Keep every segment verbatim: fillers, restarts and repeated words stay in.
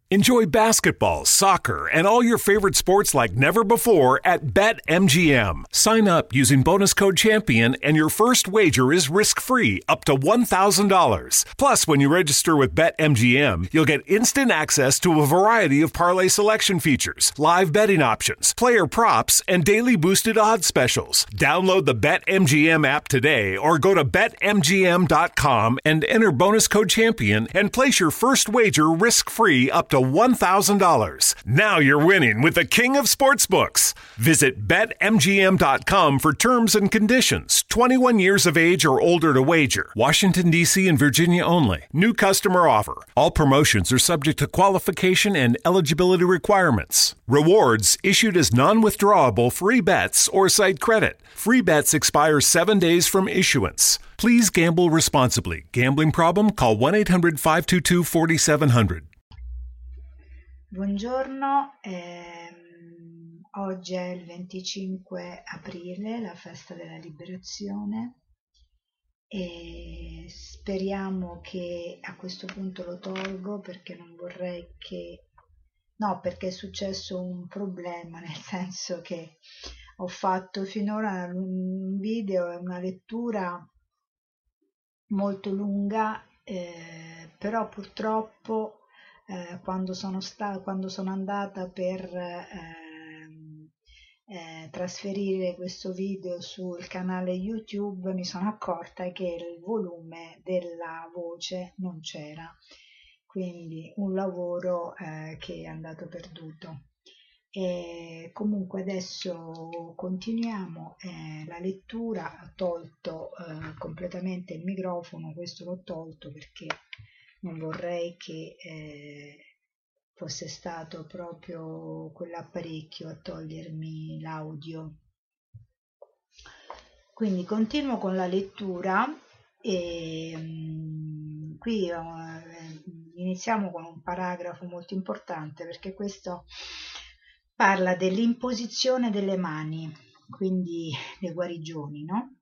Enjoy basketball, soccer, and all your favorite sports like never before at BetMGM. Sign up using bonus code CHAMPION and your first wager is risk-free up to one thousand dollars. Plus, when you register with BetMGM, you'll get instant access to a variety of parlay selection features, live betting options, player props, and daily boosted odds specials. Download the BetMGM app today or go to Bet M G M dot com and enter bonus code CHAMPION and place your first wager risk-free up to one thousand dollars. Now you're winning with the king of sportsbooks. Visit Bet M G M dot com for terms and conditions. twenty-one years of age or older to wager. Washington, D C and Virginia only. New customer offer. All promotions are subject to qualification and eligibility requirements. Rewards issued as non-withdrawable free bets or site credit. Free bets expire seven days from issuance. Please gamble responsibly. Gambling problem? Call one eight hundred five two two four seven zero zero. Buongiorno, ehm, oggi è il venticinque aprile, la festa della liberazione, e speriamo che a questo punto lo tolgo perché non vorrei che... no, perché è successo un problema, nel senso che ho fatto finora un video e una lettura molto lunga, eh, però purtroppo Eh, quando, sono sta- quando sono andata per ehm, eh, trasferire questo video sul canale YouTube mi sono accorta che il volume della voce non c'era, quindi un lavoro eh, che è andato perduto. E comunque adesso continuiamo eh, la lettura. Ho tolto eh, completamente il microfono, questo l'ho tolto perché non vorrei che eh, fosse stato proprio quell'apparecchio a togliermi l'audio. Quindi continuo con la lettura e um, qui eh, iniziamo con un paragrafo molto importante perché questo parla dell'imposizione delle mani, quindi le guarigioni, no?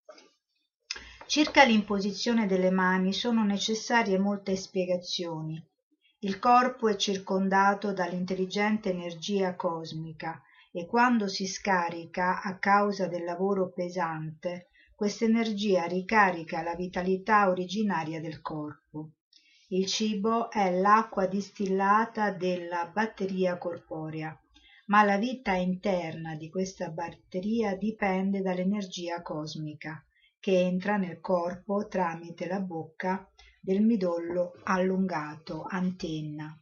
Circa l'imposizione delle mani sono necessarie molte spiegazioni. Il corpo è circondato dall'intelligente energia cosmica e quando si scarica a causa del lavoro pesante, questa energia ricarica la vitalità originaria del corpo. Il cibo è l'acqua distillata della batteria corporea, ma la vita interna di questa batteria dipende dall'energia cosmica che entra nel corpo tramite la bocca del midollo allungato, antenna,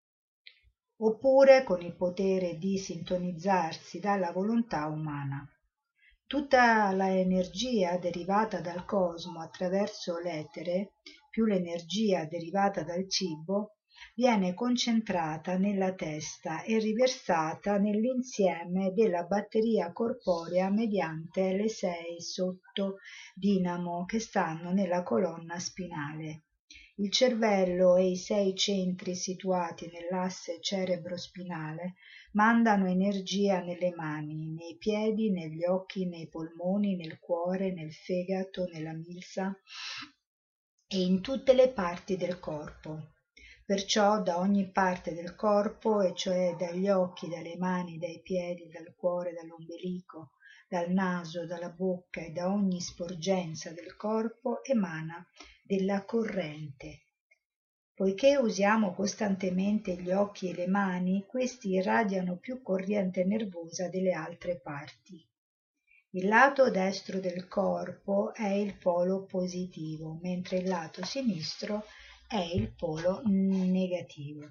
oppure con il potere di sintonizzarsi dalla volontà umana. Tutta l'energia derivata dal cosmo attraverso l'etere, più l'energia derivata dal cibo, viene concentrata nella testa e riversata nell'insieme della batteria corporea mediante le sei sottodinamo che stanno nella colonna spinale. Il cervello e i sei centri situati nell'asse cerebrospinale mandano energia nelle mani, nei piedi, negli occhi, nei polmoni, nel cuore, nel fegato, nella milza e in tutte le parti del corpo. Perciò da ogni parte del corpo, e cioè dagli occhi, dalle mani, dai piedi, dal cuore, dall'ombelico, dal naso, dalla bocca e da ogni sporgenza del corpo emana della corrente. Poiché usiamo costantemente gli occhi e le mani, questi irradiano più corrente nervosa delle altre parti. Il lato destro del corpo è il polo positivo, mentre il lato sinistro è il polo negativo.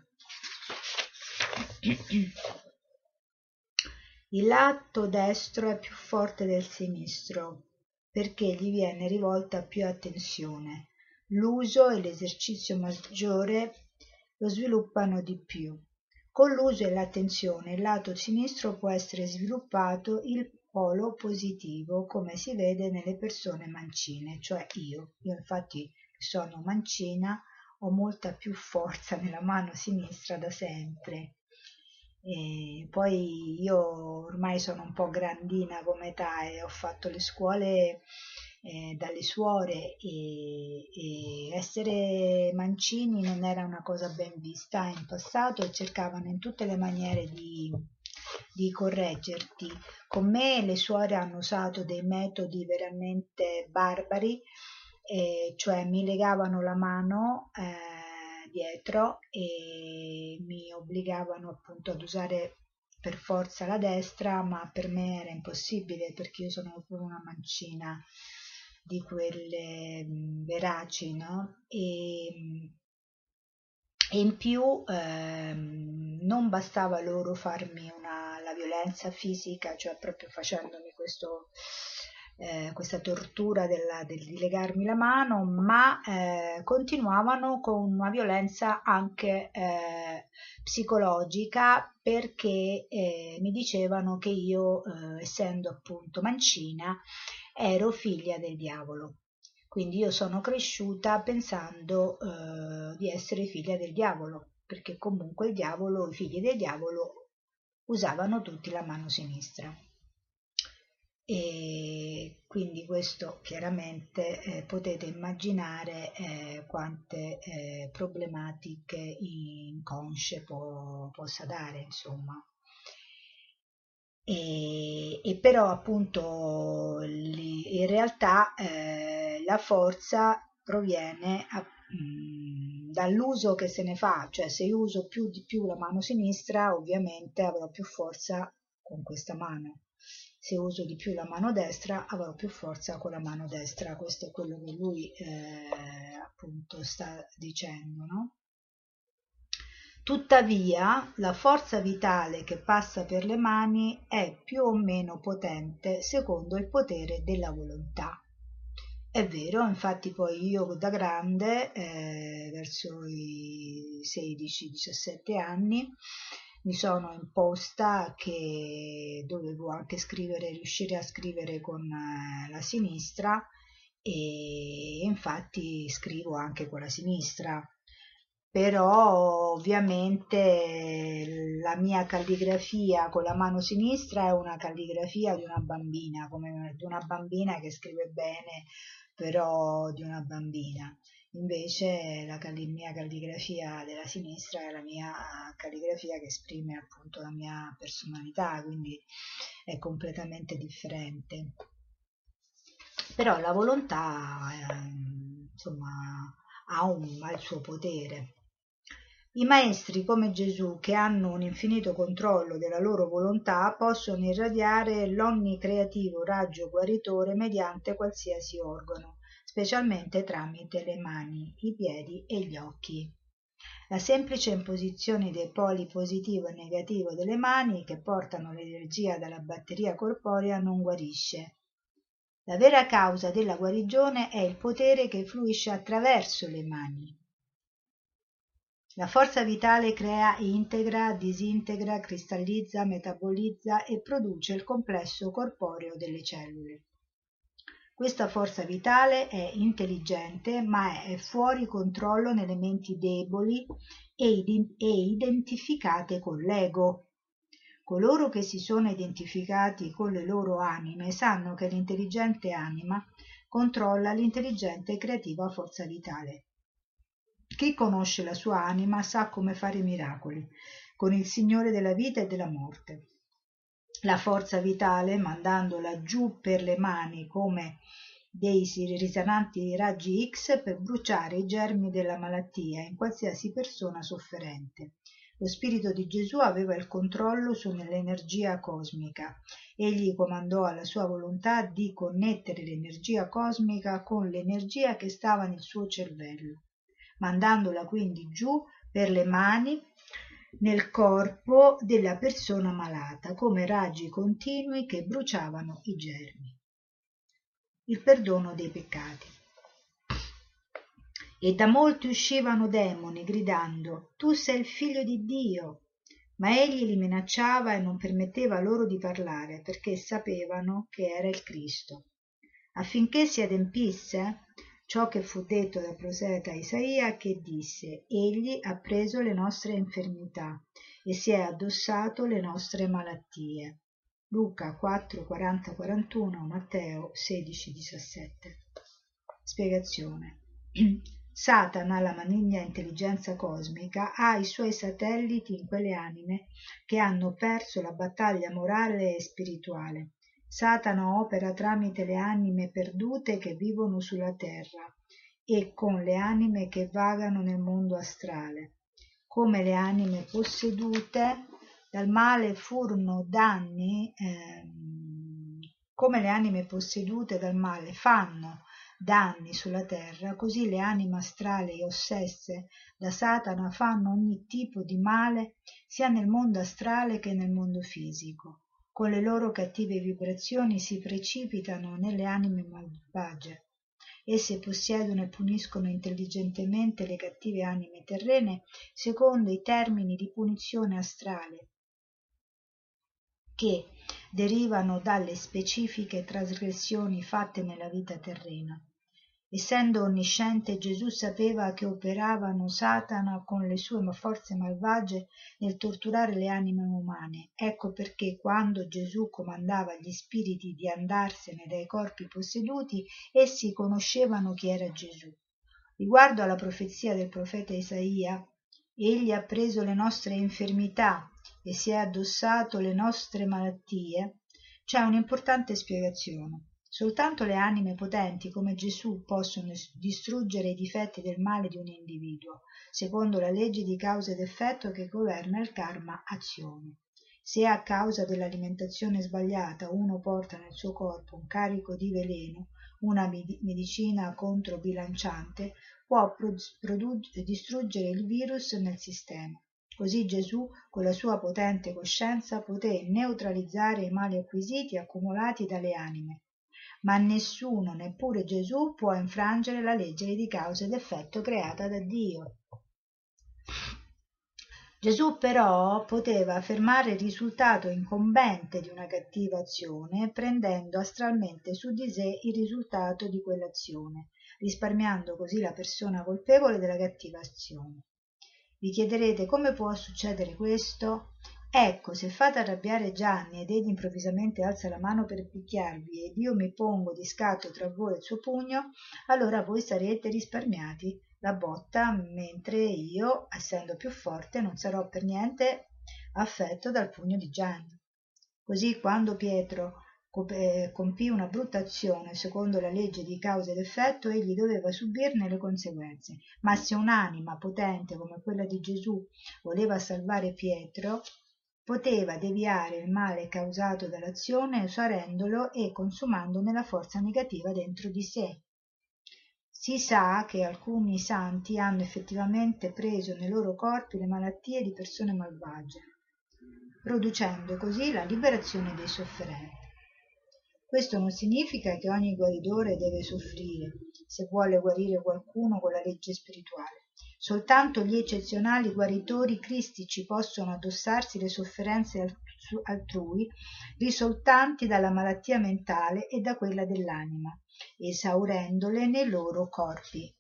Il lato destro è più forte del sinistro perché gli viene rivolta più attenzione. L'uso e l'esercizio maggiore lo sviluppano di più. Con l'uso e l'attenzione il lato sinistro può essere sviluppato il polo positivo, come si vede nelle persone mancine, cioè io. Io infatti sono mancina, ho molta più forza nella mano sinistra da sempre. E poi io ormai sono un po' grandina come età e ho fatto le scuole eh, dalle suore e, e essere mancini non era una cosa ben vista in passato e cercavano in tutte le maniere di, di correggerti. Con me le suore hanno usato dei metodi veramente barbari, eh, cioè mi legavano la mano eh, dietro e mi obbligavano appunto ad usare per forza la destra, ma per me era impossibile perché io sono proprio una mancina di quelle mh, veraci, no? E, e in più ehm, non bastava loro farmi una, la violenza fisica, cioè proprio facendomi questo, eh, questa tortura della, del, di legarmi la mano, ma eh, continuavano con una violenza anche eh, psicologica perché eh, mi dicevano che io, eh, essendo appunto mancina, ero figlia del diavolo. Quindi io sono cresciuta pensando eh, di essere figlia del diavolo, perché comunque il diavolo, i figli del diavolo usavano tutti la mano sinistra. E quindi questo chiaramente eh, potete immaginare eh, quante eh, problematiche inconsce può, possa dare, insomma. E, e però appunto li- in realtà eh, la forza proviene a- mh, dall'uso che se ne fa, cioè se io uso più di più la mano sinistra ovviamente avrò più forza con questa mano, se uso di più la mano destra avrò più forza con la mano destra. Questo è quello che lui eh, appunto sta dicendo, no? Tuttavia, la forza vitale che passa per le mani è più o meno potente secondo il potere della volontà. È vero, infatti poi io da grande, eh, verso i sedici diciassette anni, mi sono imposta che dovevo anche scrivere, riuscire a scrivere con eh, la sinistra e infatti scrivo anche con la sinistra, però ovviamente la mia calligrafia con la mano sinistra è una calligrafia di una bambina, come di una bambina che scrive bene, però di una bambina. Invece la calli- mia calligrafia della sinistra è la mia calligrafia che esprime appunto la mia personalità, quindi è completamente differente. Però la volontà, eh, insomma, ha, un, ha il suo potere. I maestri come Gesù, che hanno un infinito controllo della loro volontà, possono irradiare l'onnicreativo raggio guaritore mediante qualsiasi organo, specialmente tramite le mani, i piedi e gli occhi. La semplice imposizione dei poli positivo e negativo delle mani, che portano l'energia dalla batteria corporea, non guarisce. La vera causa della guarigione è il potere che fluisce attraverso le mani. La forza vitale crea, integra, disintegra, cristallizza, metabolizza e produce il complesso corporeo delle cellule. Questa forza vitale è intelligente, ma è fuori controllo nelle menti deboli e identificate con l'ego. Coloro che si sono identificati con le loro anime sanno che l'intelligente anima controlla l'intelligente e creativa forza vitale. Chi conosce la sua anima sa come fare miracoli con il Signore della vita e della morte. La forza vitale, mandandola giù per le mani come dei risananti raggi X per bruciare i germi della malattia in qualsiasi persona sofferente. Lo Spirito di Gesù aveva il controllo sull'energia cosmica. Egli comandò alla sua volontà di connettere l'energia cosmica con l'energia che stava nel suo cervello, mandandola quindi giù per le mani nel corpo della persona malata come raggi continui che bruciavano i germi. Il perdono dei peccati. E da molti uscivano demoni gridando: tu sei il figlio di Dio. Ma egli li minacciava e non permetteva loro di parlare, perché sapevano che era il Cristo, affinché si adempisse ciò che fu detto dal profeta Isaia, che disse: egli ha preso le nostre infermità e si è addossato le nostre malattie. Luca quattro, quaranta quarantuno, Matteo sedici diciassette. Spiegazione. Satana, la maligna intelligenza cosmica, ha i suoi satelliti in quelle anime che hanno perso la battaglia morale e spirituale. Satana opera tramite le anime perdute che vivono sulla terra e con le anime che vagano nel mondo astrale. Come le anime possedute dal male furono danni, ehm, come le anime possedute dal male fanno danni sulla terra, così le anime astrali ossesse da Satana fanno ogni tipo di male sia nel mondo astrale che nel mondo fisico. Con le loro cattive vibrazioni si precipitano nelle anime malvagie. Esse possiedono e puniscono intelligentemente le cattive anime terrene secondo i termini di punizione astrale che derivano dalle specifiche trasgressioni fatte nella vita terrena. Essendo onnisciente, Gesù sapeva che operavano Satana con le sue forze malvagie nel torturare le anime umane. Ecco perché quando Gesù comandava agli spiriti di andarsene dai corpi posseduti, essi conoscevano chi era Gesù. Riguardo alla profezia del profeta Isaia, egli ha preso le nostre infermità e si è addossato le nostre malattie, c'è un'importante spiegazione. Soltanto le anime potenti come Gesù possono distruggere i difetti del male di un individuo, secondo la legge di causa ed effetto che governa il karma azione. Se a causa dell'alimentazione sbagliata uno porta nel suo corpo un carico di veleno, una medicina controbilanciante può produ- distruggere il virus nel sistema. Così Gesù, con la sua potente coscienza, poté neutralizzare i mali acquisiti e accumulati dalle anime. Ma nessuno, neppure Gesù, può infrangere la legge di causa ed effetto creata da Dio. Gesù però poteva fermare il risultato incombente di una cattiva azione prendendo astralmente su di sé il risultato di quell'azione, risparmiando così la persona colpevole della cattiva azione. Vi chiederete come può succedere questo? Ecco, se fate arrabbiare Gianni ed egli improvvisamente alza la mano per picchiarvi ed io mi pongo di scatto tra voi e il suo pugno, allora voi sarete risparmiati la botta, mentre io, essendo più forte, non sarò per niente affetto dal pugno di Gianni. Così quando Pietro compì una brutta azione secondo la legge di causa ed effetto, egli doveva subirne le conseguenze. Ma se un'anima potente come quella di Gesù voleva salvare Pietro, poteva deviare il male causato dall'azione usarendolo e consumandone la forza negativa dentro di sé. Si sa che alcuni santi hanno effettivamente preso nei loro corpi le malattie di persone malvagie, producendo così la liberazione dei sofferenti. Questo non significa che ogni guaritore deve soffrire se vuole guarire qualcuno con la legge spirituale. Soltanto gli eccezionali guaritori cristici possono addossarsi le sofferenze altrui risultanti dalla malattia mentale e da quella dell'anima, esaurendole nei loro corpi.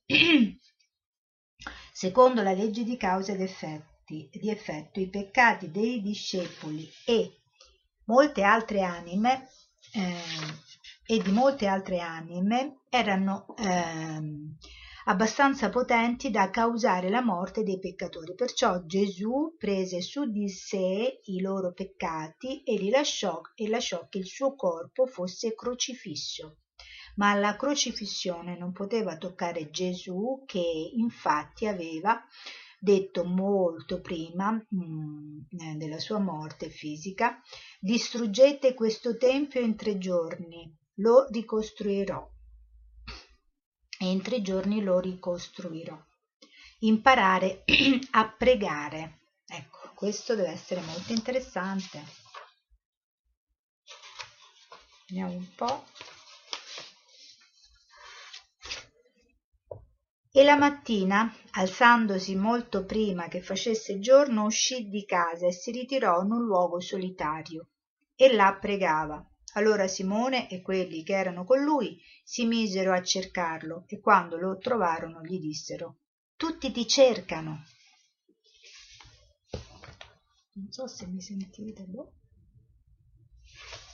Secondo la legge di causa ed effetti, di effetto, i peccati dei discepoli e molte altre anime eh, e di molte altre anime erano eh, abbastanza potenti da causare la morte dei peccatori. Perciò Gesù prese su di sé i loro peccati e li lasciò e lasciò che il suo corpo fosse crocifisso. Ma la crocifissione non poteva toccare Gesù, che infatti aveva detto molto prima mh, della sua morte fisica: distruggete questo tempio in tre giorni, lo ricostruirò. E in tre giorni lo ricostruirò. Imparare a pregare. Ecco, questo deve essere molto interessante. Vediamo un po'. E la mattina, alzandosi molto prima che facesse giorno, uscì di casa e si ritirò in un luogo solitario e là pregava. Allora Simone e quelli che erano con lui si misero a cercarlo e quando lo trovarono gli dissero: tutti ti cercano. Non so se mi sentite, boh.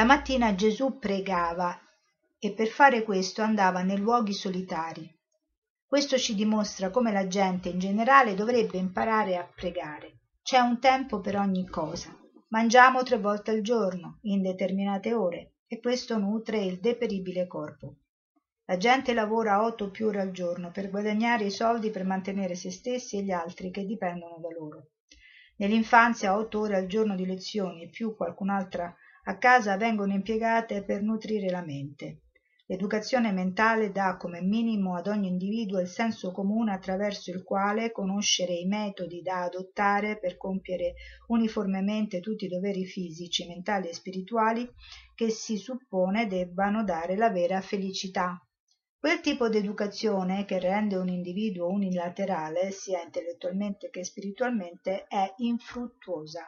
La mattina Gesù pregava e per fare questo andava nei luoghi solitari. Questo ci dimostra come la gente in generale dovrebbe imparare a pregare. C'è un tempo per ogni cosa. Mangiamo tre volte al giorno, in determinate ore, e questo nutre il deperibile corpo. La gente lavora otto o più ore al giorno per guadagnare i soldi per mantenere se stessi e gli altri che dipendono da loro. Nell'infanzia otto ore al giorno di lezioni e più qualcun'altra a casa vengono impiegate per nutrire la mente. L'educazione mentale dà come minimo ad ogni individuo il senso comune attraverso il quale conoscere i metodi da adottare per compiere uniformemente tutti i doveri fisici, mentali e spirituali che si suppone debbano dare la vera felicità. Quel tipo di educazione che rende un individuo unilaterale, sia intellettualmente che spiritualmente, è infruttuosa.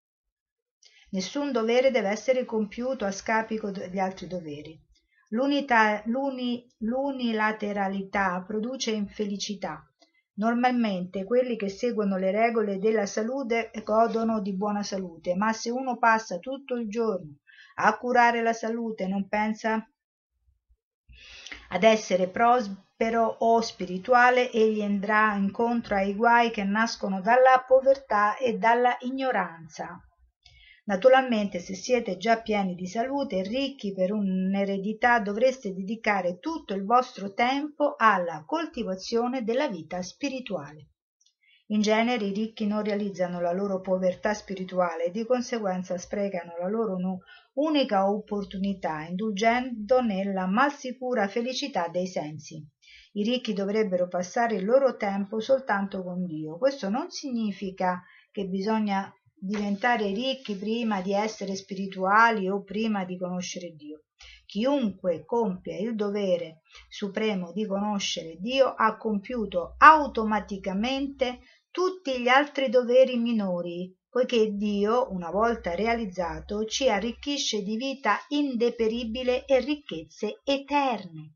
Nessun dovere deve essere compiuto a scapito degli altri doveri. L'unità, l'uni, l'unilateralità produce infelicità. Normalmente quelli che seguono le regole della salute godono di buona salute, ma se uno passa tutto il giorno a curare la salute e non pensa ad essere prospero o spirituale, egli andrà incontro ai guai che nascono dalla povertà e dalla ignoranza. Naturalmente, se siete già pieni di salute e ricchi per un'eredità, dovreste dedicare tutto il vostro tempo alla coltivazione della vita spirituale. In genere i ricchi non realizzano la loro povertà spirituale e di conseguenza sprecano la loro unica opportunità indulgendo nella malsicura felicità dei sensi. I ricchi dovrebbero passare il loro tempo soltanto con Dio. Questo non significa che bisogna diventare ricchi prima di essere spirituali o prima di conoscere Dio. Chiunque compie il dovere supremo di conoscere Dio ha compiuto automaticamente tutti gli altri doveri minori, poiché Dio, una volta realizzato, ci arricchisce di vita indeperibile e ricchezze eterne.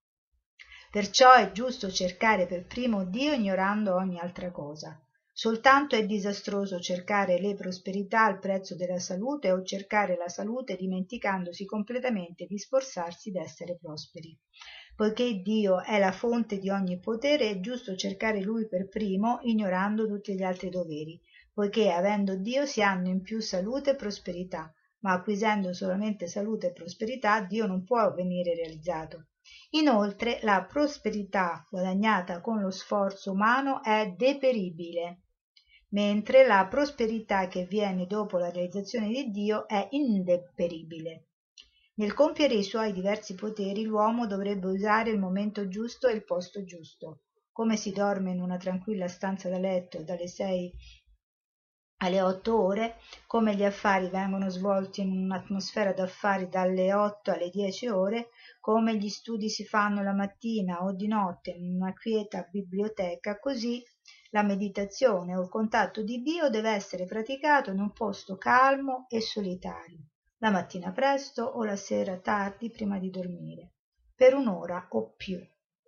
Perciò è giusto cercare per primo Dio ignorando ogni altra cosa. Soltanto è disastroso cercare le prosperità al prezzo della salute o cercare la salute dimenticandosi completamente di sforzarsi d'essere prosperi. Poiché Dio è la fonte di ogni potere, è giusto cercare Lui per primo, ignorando tutti gli altri doveri, poiché avendo Dio si hanno in più salute e prosperità, ma acquisendo solamente salute e prosperità Dio non può venire realizzato. Inoltre la prosperità guadagnata con lo sforzo umano è deperibile, mentre la prosperità che viene dopo la realizzazione di Dio è indeperibile. Nel compiere i suoi diversi poteri l'uomo dovrebbe usare il momento giusto e il posto giusto. Come si dorme in una tranquilla stanza da letto dalle sei alle otto ore, come gli affari vengono svolti in un'atmosfera d'affari dalle otto alle dieci ore, come gli studi si fanno la mattina o di notte in una quieta biblioteca, così la meditazione o il contatto di Dio deve essere praticato in un posto calmo e solitario, la mattina presto o la sera tardi prima di dormire, per un'ora o più.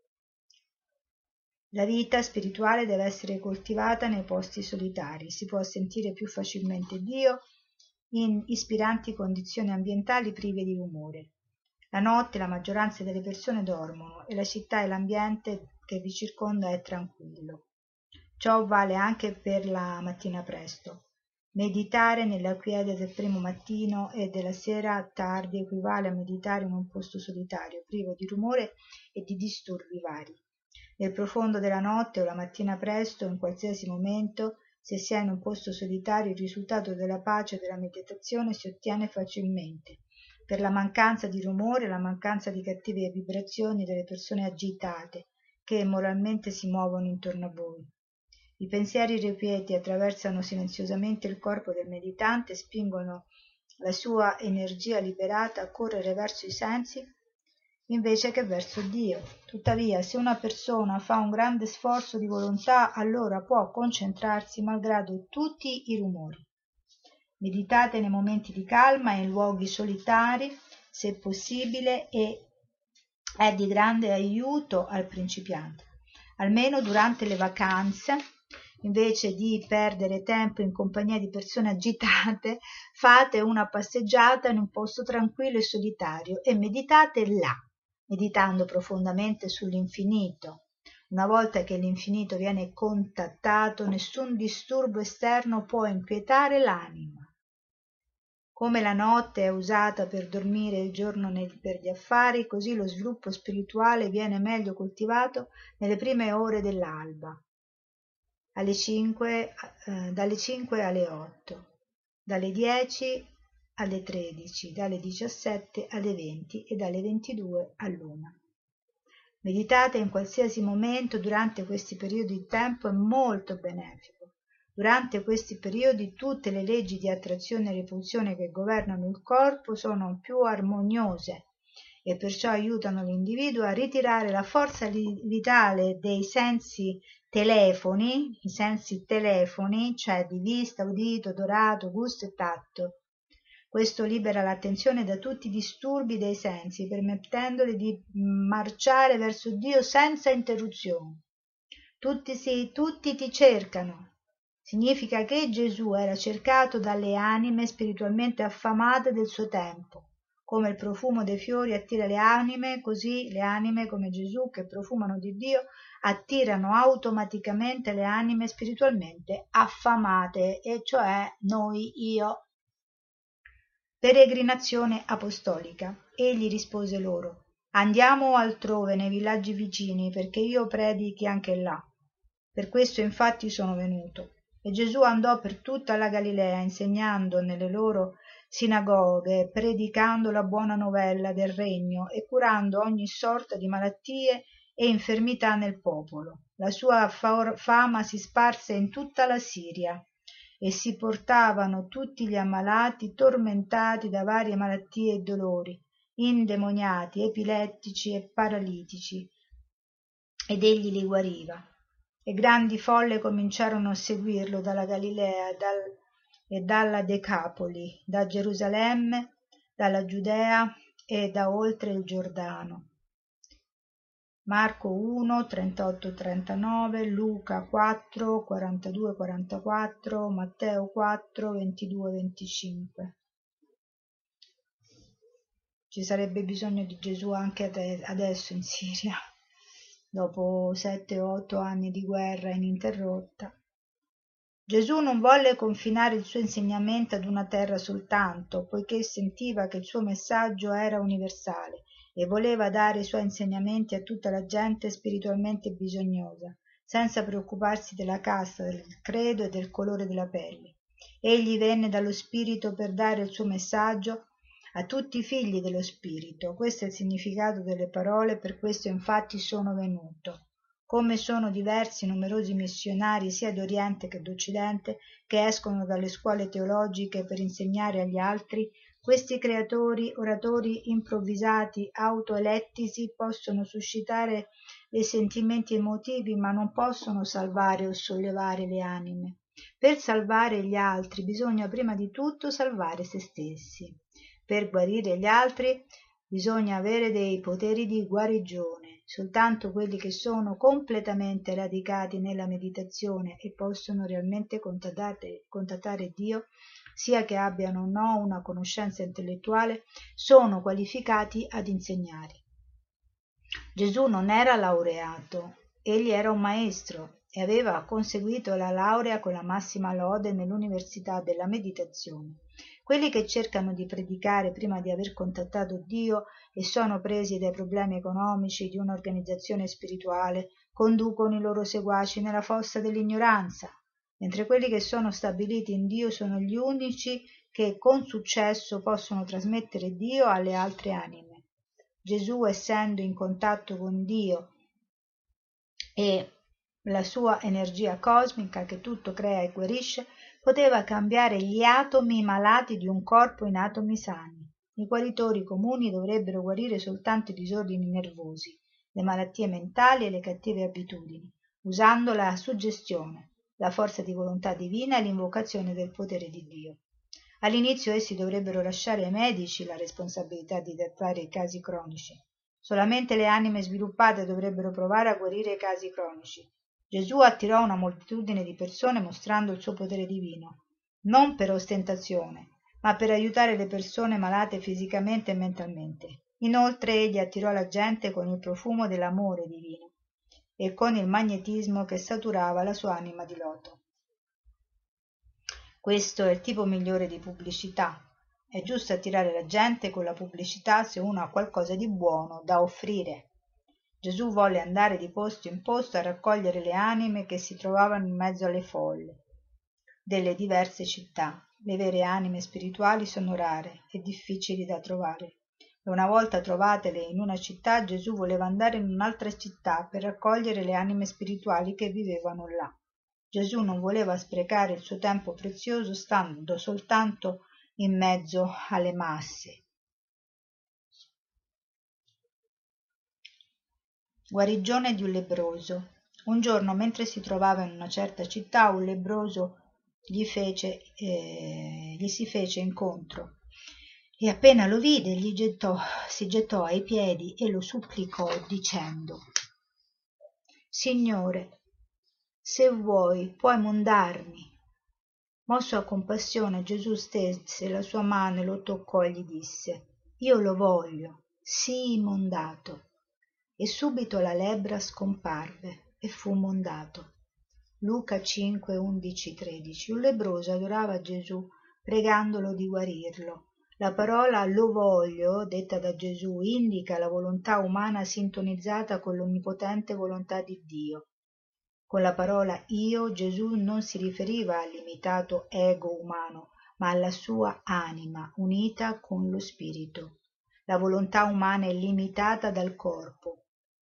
La vita spirituale deve essere coltivata nei posti solitari, si può sentire più facilmente Dio in ispiranti condizioni ambientali prive di rumore. La notte la maggioranza delle persone dormono e la città e l'ambiente che vi circonda è tranquillo. Ciò vale anche per la mattina presto. Meditare nella quiete del primo mattino e della sera tardi equivale a meditare in un posto solitario, privo di rumore e di disturbi vari. Nel profondo della notte o la mattina presto, in qualsiasi momento, se si è in un posto solitario, il risultato della pace e della meditazione si ottiene facilmente, per la mancanza di rumore e la mancanza di cattive vibrazioni delle persone agitate, che moralmente si muovono intorno a voi. I pensieri irrequieti attraversano silenziosamente il corpo del meditante e spingono la sua energia liberata a correre verso i sensi invece che verso Dio. Tuttavia, se una persona fa un grande sforzo di volontà, allora può concentrarsi malgrado tutti i rumori. Meditate nei momenti di calma e in luoghi solitari, se possibile, e è di grande aiuto al principiante. Almeno durante le vacanze, invece di perdere tempo in compagnia di persone agitate, fate una passeggiata in un posto tranquillo e solitario e meditate là, meditando profondamente sull'infinito. Una volta che l'infinito viene contattato, nessun disturbo esterno può inquietare l'anima. Come la notte è usata per dormire e il giorno per gli affari, così lo sviluppo spirituale viene meglio coltivato nelle prime ore dell'alba, alle cinque, eh, dalle cinque alle otto, dalle dieci alle tredici, dalle diciassette alle venti e dalle ventidue all'una. Meditate in qualsiasi momento durante questi periodi di tempo è molto benefico. Durante questi periodi tutte le leggi di attrazione e repulsione che governano il corpo sono più armoniose e perciò aiutano l'individuo a ritirare la forza vitale dei sensi telefoni, i sensi telefoni, cioè di vista, udito, odorato, gusto e tatto. Questo libera l'attenzione da tutti i disturbi dei sensi, permettendole di marciare verso Dio senza interruzioni. Tutti, si, tutti ti cercano. Significa che Gesù era cercato dalle anime spiritualmente affamate del suo tempo. Come il profumo dei fiori attira le anime, così le anime come Gesù che profumano di Dio attirano automaticamente le anime spiritualmente affamate, e cioè noi, io. Peregrinazione apostolica. Egli rispose loro: andiamo altrove nei villaggi vicini, perché io predichi anche là. Per questo infatti sono venuto. E Gesù andò per tutta la Galilea, insegnando nelle loro sinagoghe, predicando la buona novella del regno e curando ogni sorta di malattie e infermità nel popolo. La sua fama si sparse in tutta la Siria e si portavano tutti gli ammalati, tormentati da varie malattie e dolori, indemoniati, epilettici e paralitici, ed egli li guariva. E grandi folle cominciarono a seguirlo dalla Galilea dal, e dalla Decapoli, da Gerusalemme, dalla Giudea e da oltre il Giordano. Marco uno, trentotto trentanove, Luca quattro, quarantadue quarantaquattro, Matteo quattro, ventidue venticinque. Ci sarebbe bisogno di Gesù anche adesso in Siria, dopo sette o otto anni di guerra ininterrotta. Gesù non volle confinare il suo insegnamento ad una terra soltanto, poiché sentiva che il suo messaggio era universale e voleva dare i suoi insegnamenti a tutta la gente spiritualmente bisognosa, senza preoccuparsi della casta, del credo e del colore della pelle. Egli venne dallo Spirito per dare il suo messaggio a tutti i figli dello Spirito. Questo è il significato delle parole: per questo infatti sono venuto. Come sono diversi numerosi missionari sia d'Oriente che d'Occidente che escono dalle scuole teologiche per insegnare agli altri, questi creatori, oratori improvvisati, autoelettisi, possono suscitare dei sentimenti emotivi, ma non possono salvare o sollevare le anime. Per salvare gli altri bisogna prima di tutto salvare se stessi. Per guarire gli altri bisogna avere dei poteri di guarigione. Soltanto quelli che sono completamente radicati nella meditazione e possono realmente contattare, contattare Dio, sia che abbiano o no una conoscenza intellettuale, sono qualificati ad insegnare. Gesù non era laureato, egli era un maestro e aveva conseguito la laurea con la massima lode nell'università della meditazione. Quelli che cercano di predicare prima di aver contattato Dio e sono presi dai problemi economici di un'organizzazione spirituale conducono i loro seguaci nella fossa dell'ignoranza, mentre quelli che sono stabiliti in Dio sono gli unici che con successo possono trasmettere Dio alle altre anime. Gesù, essendo in contatto con Dio e la sua energia cosmica che tutto crea e guarisce, poteva cambiare gli atomi malati di un corpo in atomi sani. I guaritori comuni dovrebbero guarire soltanto i disordini nervosi, le malattie mentali e le cattive abitudini, usando la suggestione, la forza di volontà divina e l'invocazione del potere di Dio. All'inizio essi dovrebbero lasciare ai medici la responsabilità di trattare i casi cronici. Solamente le anime sviluppate dovrebbero provare a guarire i casi cronici. Gesù attirò una moltitudine di persone mostrando il suo potere divino, non per ostentazione, ma per aiutare le persone malate fisicamente e mentalmente. Inoltre egli attirò la gente con il profumo dell'amore divino e con il magnetismo che saturava la sua anima di loto. Questo è il tipo migliore di pubblicità. È giusto attirare la gente con la pubblicità se uno ha qualcosa di buono da offrire. Gesù volle andare di posto in posto a raccogliere le anime che si trovavano in mezzo alle folle delle diverse città. Le vere anime spirituali sono rare e difficili da trovare. E una volta trovatele in una città, Gesù voleva andare in un'altra città per raccogliere le anime spirituali che vivevano là. Gesù non voleva sprecare il suo tempo prezioso stando soltanto in mezzo alle masse. Guarigione di un lebbroso. Un giorno, mentre si trovava in una certa città, un lebbroso gli, fece, eh, gli si fece incontro e appena lo vide gli gettò, si gettò ai piedi e lo supplicò dicendo: «Signore, se vuoi puoi mondarmi». Mosso a compassione, Gesù stese la sua mano e lo toccò e gli disse: «Io lo voglio, sii mondato». E subito la lebbra scomparve e fu mondato. Luca cinque, undici, tredici. Un lebbroso adorava Gesù pregandolo di guarirlo. La parola «lo voglio», detta da Gesù, indica la volontà umana sintonizzata con l'onnipotente volontà di Dio. Con la parola «io» Gesù non si riferiva al limitato ego umano, ma alla sua anima unita con lo spirito. La volontà umana è limitata dal corpo.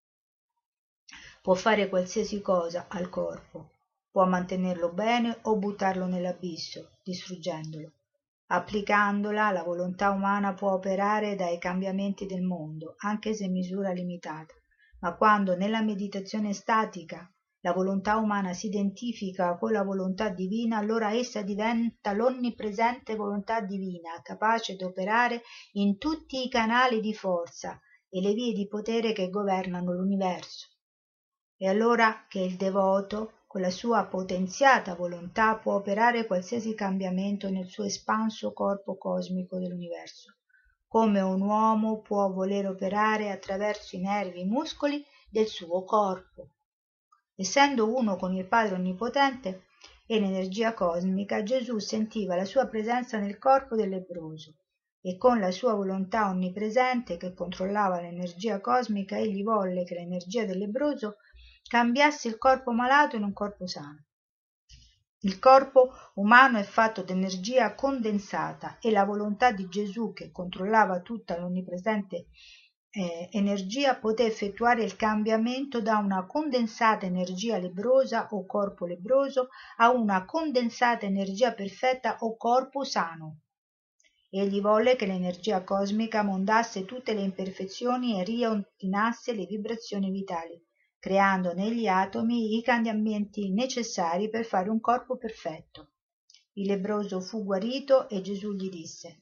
Può fare qualsiasi cosa al corpo, può mantenerlo bene o buttarlo nell'abisso, distruggendolo. Applicandola, la volontà umana può operare dai cambiamenti del mondo, anche se in misura limitata, ma quando nella meditazione statica la volontà umana si identifica con la volontà divina, allora essa diventa l'onnipresente volontà divina, capace di operare in tutti i canali di forza e le vie di potere che governano l'universo. È allora che il devoto, con la sua potenziata volontà, può operare qualsiasi cambiamento nel suo espanso corpo cosmico dell'universo, come un uomo può voler operare attraverso i nervi e i muscoli del suo corpo. Essendo uno con il Padre Onnipotente e l'energia cosmica, Gesù sentiva la sua presenza nel corpo del lebbroso e con la sua volontà onnipresente che controllava l'energia cosmica, egli volle che l'energia del lebbroso cambiasse il corpo malato in un corpo sano. Il corpo umano è fatto d'energia condensata e la volontà di Gesù, che controllava tutta l'onnipresente eh, energia, poté effettuare il cambiamento da una condensata energia lebbrosa o corpo lebbroso a una condensata energia perfetta o corpo sano. Egli volle che l'energia cosmica mondasse tutte le imperfezioni e riordinasse le vibrazioni vitali, creando negli atomi i cambiamenti necessari per fare un corpo perfetto. Il lebbroso fu guarito e Gesù gli disse: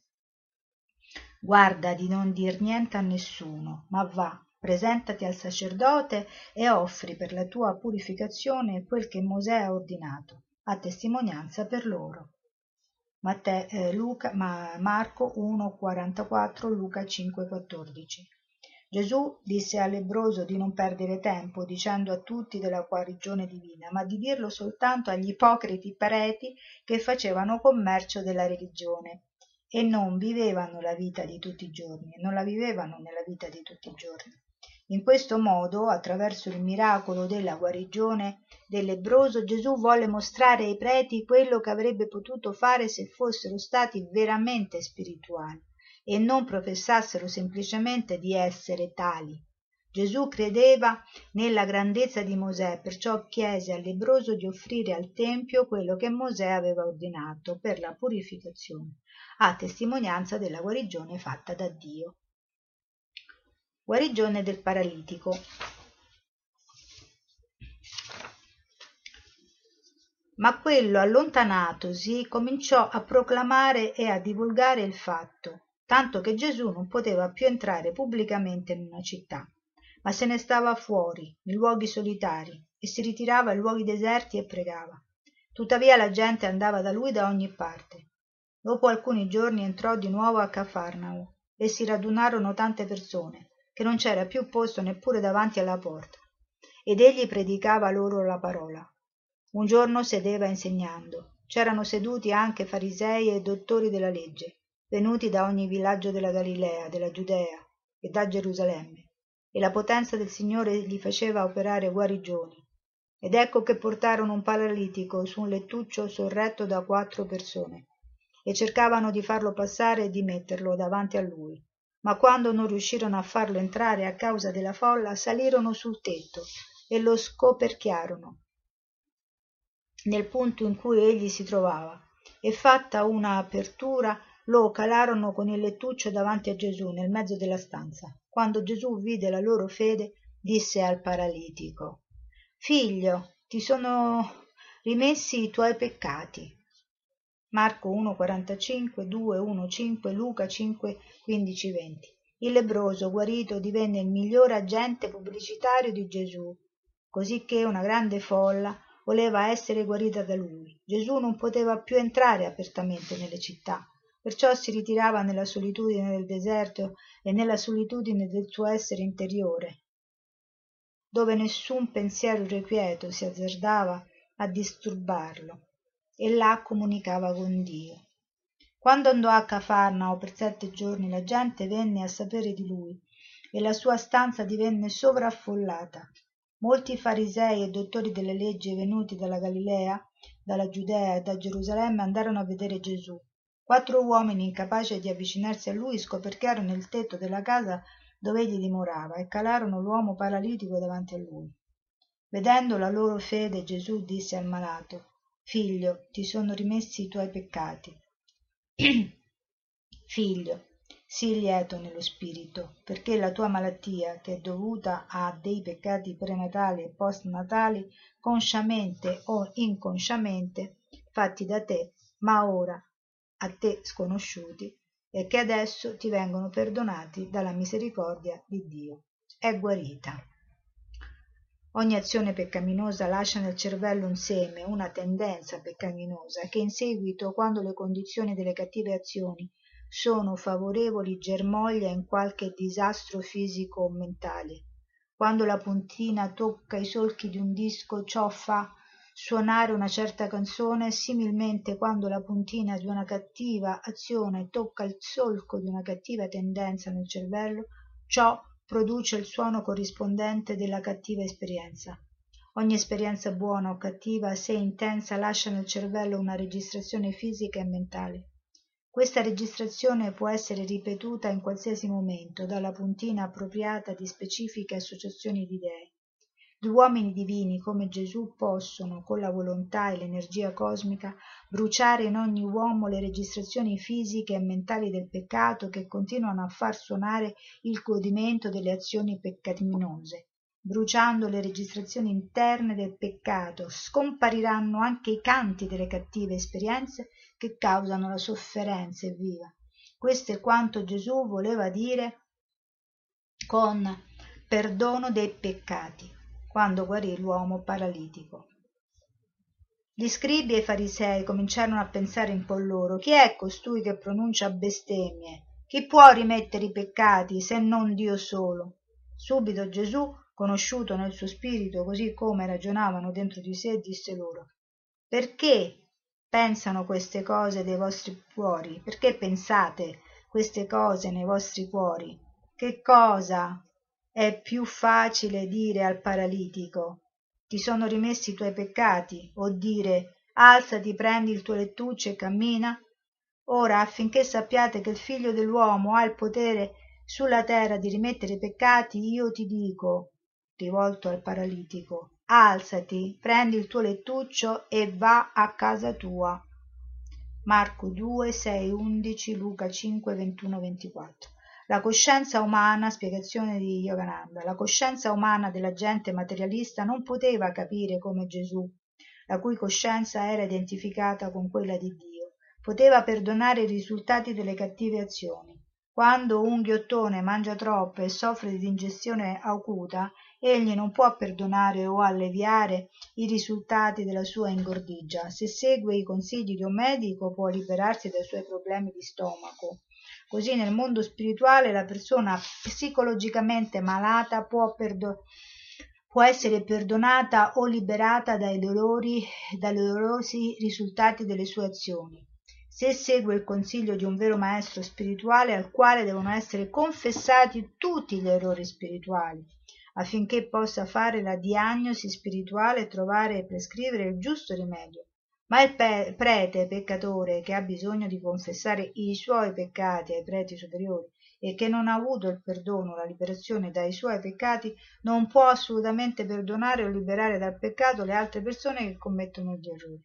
«Guarda di non dir niente a nessuno, ma va, presentati al sacerdote e offri per la tua purificazione quel che Mosè ha ordinato, a testimonianza per loro». Matte, eh, Luca, ma, Marco uno, quarantaquattro, Luca cinque, quattordici. Gesù disse al lebbroso di non perdere tempo dicendo a tutti della guarigione divina, ma di dirlo soltanto agli ipocriti preti che facevano commercio della religione e non vivevano la vita di tutti i giorni, non la vivevano nella vita di tutti i giorni. In questo modo, attraverso il miracolo della guarigione del lebbroso, Gesù volle mostrare ai preti quello che avrebbe potuto fare se fossero stati veramente spirituali e non professassero semplicemente di essere tali. Gesù credeva nella grandezza di Mosè, perciò chiese al lebbroso di offrire al Tempio quello che Mosè aveva ordinato per la purificazione, a testimonianza della guarigione fatta da Dio. Guarigione del paralitico. Ma quello, allontanatosi, cominciò a proclamare e a divulgare il fatto, tanto che Gesù non poteva più entrare pubblicamente in una città, ma se ne stava fuori, in luoghi solitari, e si ritirava in luoghi deserti e pregava. Tuttavia la gente andava da lui da ogni parte. Dopo alcuni giorni entrò di nuovo a Cafarnao e si radunarono tante persone che non c'era più posto neppure davanti alla porta, ed egli predicava loro la parola. Un giorno sedeva insegnando. C'erano seduti anche farisei e dottori della legge, venuti da ogni villaggio della Galilea, della Giudea e da Gerusalemme, e la potenza del Signore gli faceva operare guarigioni. Ed ecco che portarono un paralitico su un lettuccio sorretto da quattro persone, e cercavano di farlo passare e di metterlo davanti a lui. Ma quando non riuscirono a farlo entrare a causa della folla, salirono sul tetto e lo scoperchiarono nel punto in cui egli si trovava, e fatta una apertura lo calarono con il lettuccio davanti a Gesù nel mezzo della stanza. Quando Gesù vide la loro fede, disse al paralitico: «Figlio, ti sono rimessi i tuoi peccati». Marco uno quarantacinque, due uno cinque, Luca cinque quindici venti. Il lebbroso guarito divenne il miglior agente pubblicitario di Gesù, cosicché una grande folla voleva essere guarita da lui. Gesù non poteva più entrare apertamente nelle città, perciò si ritirava nella solitudine del deserto e nella solitudine del suo essere interiore, dove nessun pensiero irrequieto si azzardava a disturbarlo, e là comunicava con Dio. Quando andò a Cafarnao per sette giorni, la gente venne a sapere di lui e la sua stanza divenne sovraffollata. Molti farisei e dottori delle leggi venuti dalla Galilea, dalla Giudea e da Gerusalemme andarono a vedere Gesù. Quattro uomini, incapaci di avvicinarsi a lui, scoperchiarono il tetto della casa dove egli dimorava e calarono l'uomo paralitico davanti a lui. Vedendo la loro fede, Gesù disse al malato: «Figlio, ti sono rimessi i tuoi peccati». Figlio, sii lieto nello spirito, perché la tua malattia, che è dovuta a dei peccati prenatali e postnatali, consciamente o inconsciamente, fatti da te, ma ora a te sconosciuti, e che adesso ti vengono perdonati dalla misericordia di Dio, è guarita. Ogni azione peccaminosa lascia nel cervello un seme, una tendenza peccaminosa, che in seguito, quando le condizioni delle cattive azioni sono favorevoli, germoglia in qualche disastro fisico o mentale. Quando la puntina tocca i solchi di un disco, ciò fa suonare una certa canzone. Similmente, quando la puntina di una cattiva azione tocca il solco di una cattiva tendenza nel cervello, ciò produce il suono corrispondente della cattiva esperienza. Ogni esperienza buona o cattiva, se intensa, lascia nel cervello una registrazione fisica e mentale. Questa registrazione può essere ripetuta in qualsiasi momento dalla puntina appropriata di specifiche associazioni di idee. Gli uomini divini come Gesù possono, con la volontà e l'energia cosmica, bruciare in ogni uomo le registrazioni fisiche e mentali del peccato che continuano a far suonare il godimento delle azioni peccaminose. Bruciando le registrazioni interne del peccato, scompariranno anche i canti delle cattive esperienze che causano la sofferenza evviva. Questo è quanto Gesù voleva dire con perdono dei peccati, quando guarì l'uomo paralitico. Gli scribi e i farisei cominciarono a pensare in cuor loro: chi è costui che pronuncia bestemmie? Chi può rimettere i peccati se non Dio solo? Subito Gesù, conosciuto nel suo spirito così come ragionavano dentro di sé, disse loro: perché pensano queste cose dei vostri cuori? Perché pensate queste cose nei vostri cuori? Che cosa è più facile dire al paralitico: ti sono rimessi i tuoi peccati, o dire: alzati, prendi il tuo lettuccio e cammina? Ora, affinché sappiate che il figlio dell'uomo ha il potere sulla terra di rimettere i peccati, io ti dico, rivolto al paralitico: alzati, prendi il tuo lettuccio e va a casa tua. Marco due, sei, undici, Luca cinque, ventuno ventiquattro. La coscienza umana, spiegazione di Yogananda, la coscienza umana della gente materialista non poteva capire come Gesù, la cui coscienza era identificata con quella di Dio, poteva perdonare i risultati delle cattive azioni. Quando un ghiottone mangia troppo e soffre di indigestione acuta, egli non può perdonare o alleviare i risultati della sua ingordigia. Se segue i consigli di un medico può liberarsi dai suoi problemi di stomaco. Così nel mondo spirituale la persona psicologicamente malata può, perdo- può essere perdonata o liberata dai dolori, dai dolorosi risultati delle sue azioni, se segue il consiglio di un vero maestro spirituale al quale devono essere confessati tutti gli errori spirituali, affinché possa fare la diagnosi spirituale e trovare e prescrivere il giusto rimedio. Ma il pe- prete peccatore che ha bisogno di confessare i suoi peccati ai preti superiori e che non ha avuto il perdono o la liberazione dai suoi peccati non può assolutamente perdonare o liberare dal peccato le altre persone che commettono gli errori.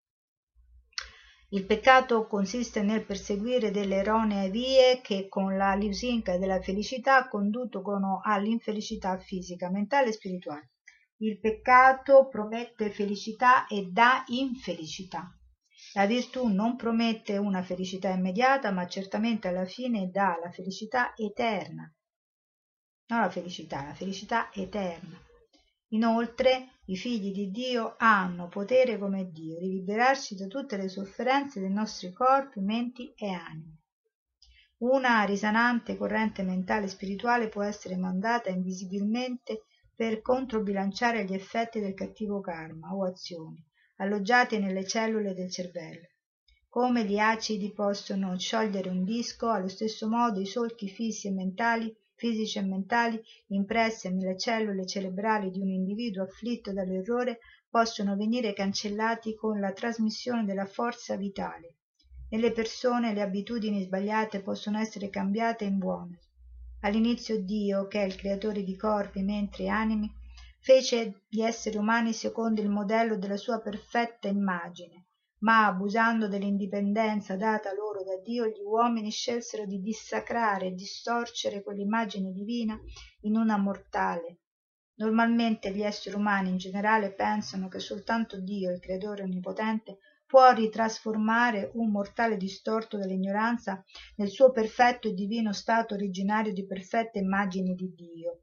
Il peccato consiste nel perseguire delle erronee vie che con la lusinga della felicità conducono all'infelicità fisica, mentale e spirituale. Il peccato promette felicità e dà infelicità. La virtù non promette una felicità immediata, ma certamente alla fine dà la felicità eterna. Non la felicità, la felicità eterna. Inoltre, i figli di Dio hanno potere come Dio di liberarci da tutte le sofferenze dei nostri corpi, menti e anime. Una risanante corrente mentale e spirituale può essere mandata invisibilmente per controbilanciare gli effetti del cattivo karma o azioni alloggiati nelle cellule del cervello. Come gli acidi possono sciogliere un disco, allo stesso modo i solchi fissi e mentali fisici e mentali impressi nelle cellule cerebrali di un individuo afflitto dall'errore possono venire cancellati con la trasmissione della forza vitale. Nelle persone le abitudini sbagliate possono essere cambiate in buone. All'inizio Dio, che è il creatore di corpi, menti e animi, fece gli esseri umani secondo il modello della sua perfetta immagine, ma abusando dell'indipendenza data loro da Dio, gli uomini scelsero di dissacrare e distorcere quell'immagine divina in una mortale. Normalmente gli esseri umani in generale pensano che soltanto Dio, il creatore onnipotente, può ritrasformare un mortale distorto dall'ignoranza nel suo perfetto e divino stato originario di perfetta immagine di Dio.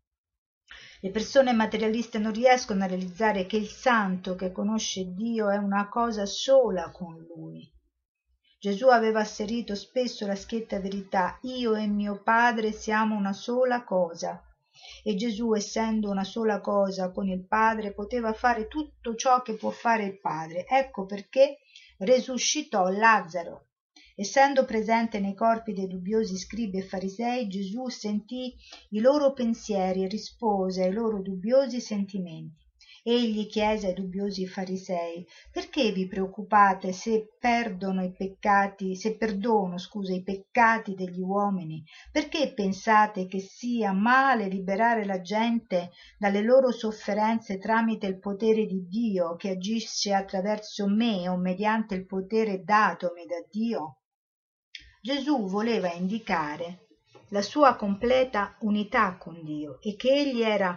Le persone materialiste non riescono a realizzare che il santo che conosce Dio è una cosa sola con Lui. Gesù aveva asserito spesso la schietta verità: io e mio Padre siamo una sola cosa. E Gesù, essendo una sola cosa con il Padre, poteva fare tutto ciò che può fare il Padre. Ecco perché resuscitò Lazzaro. Essendo presente nei corpi dei dubbiosi scribi e farisei, Gesù sentì i loro pensieri e rispose ai loro dubbiosi sentimenti. Egli chiese ai dubbiosi farisei: perché vi preoccupate se perdono i peccati, se perdono, scusa, i peccati degli uomini? Perché pensate che sia male liberare la gente dalle loro sofferenze tramite il potere di Dio che agisce attraverso me o mediante il potere datomi da Dio? Gesù voleva indicare la sua completa unità con Dio e che egli era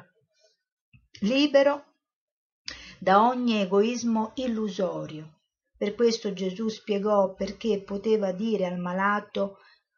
libero da ogni egoismo illusorio. Per questo Gesù spiegò perché poteva dire al malato: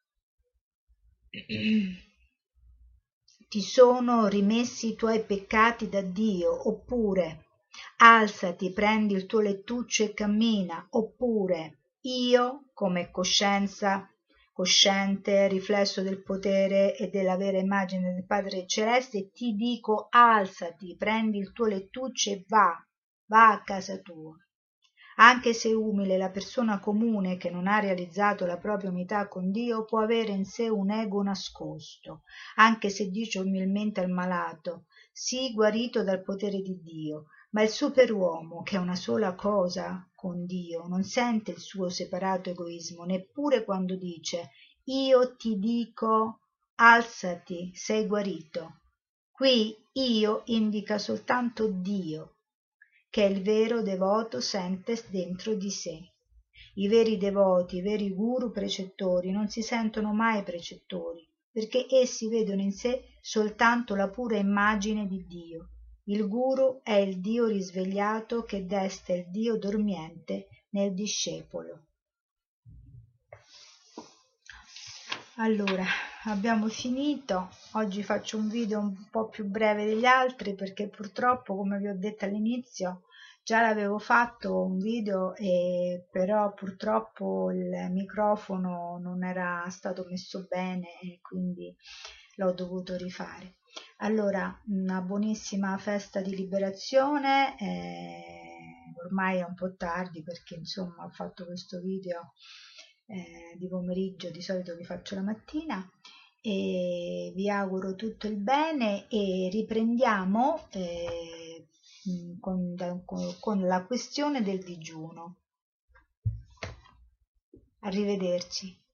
ti sono rimessi i tuoi peccati da Dio, oppure alzati, prendi il tuo lettuccio e cammina, oppure io, come coscienza cosciente, riflesso del potere e della vera immagine del Padre Celeste, ti dico: alzati, prendi il tuo lettuccio e va, va a casa tua. Anche se umile, la persona comune che non ha realizzato la propria unità con Dio può avere in sé un ego nascosto, anche se dice umilmente al malato: sii guarito dal potere di Dio. Ma il superuomo, che è una sola cosa con Dio, non sente il suo separato egoismo, neppure quando dice: io ti dico alzati, sei guarito. Qui io indica soltanto Dio, che il vero devoto sente dentro di sé. I veri devoti, i veri guru precettori non si sentono mai precettori, perché essi vedono in sé soltanto la pura immagine di Dio. Il guru è il Dio risvegliato che desta il Dio dormiente nel discepolo. Allora, abbiamo finito. Oggi faccio un video un po' più breve degli altri perché purtroppo, come vi ho detto all'inizio, già l'avevo fatto un video e però purtroppo il microfono non era stato messo bene e quindi l'ho dovuto rifare. Allora, una buonissima festa di liberazione. Eh, ormai è un po' tardi perché insomma ho fatto questo video eh, di pomeriggio, di solito li faccio la mattina, e vi auguro tutto il bene e riprendiamo eh, con, con la questione del digiuno. Arrivederci.